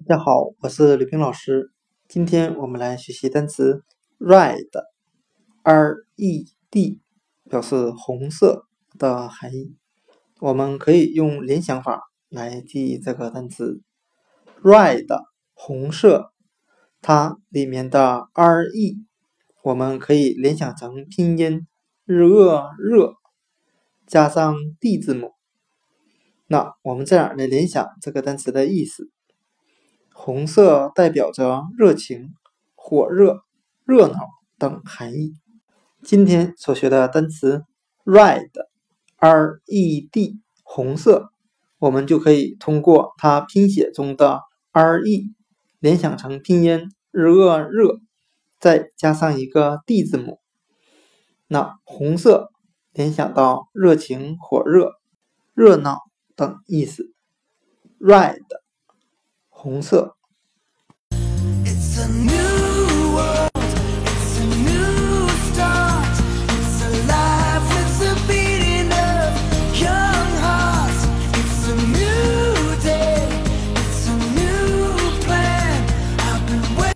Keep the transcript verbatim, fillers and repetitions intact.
大家好，我是吕冰老师。今天我们来学习单词 red R E D 表示红色的含义。我们可以用联想法来记忆这个单词 red 红色，它里面的 R E 我们可以联想成拼音日恶热加上 D 字母。那我们这样来联想这个单词的意思。红色代表着热情、火热、热闹等含义。今天所学的单词 red R E D 红色，我们就可以通过它拼写中的 R E 联想成拼音日恶热，再加上一个 D 字母。那红色联想到热情、火热、热闹等意思。red 红色。It's a new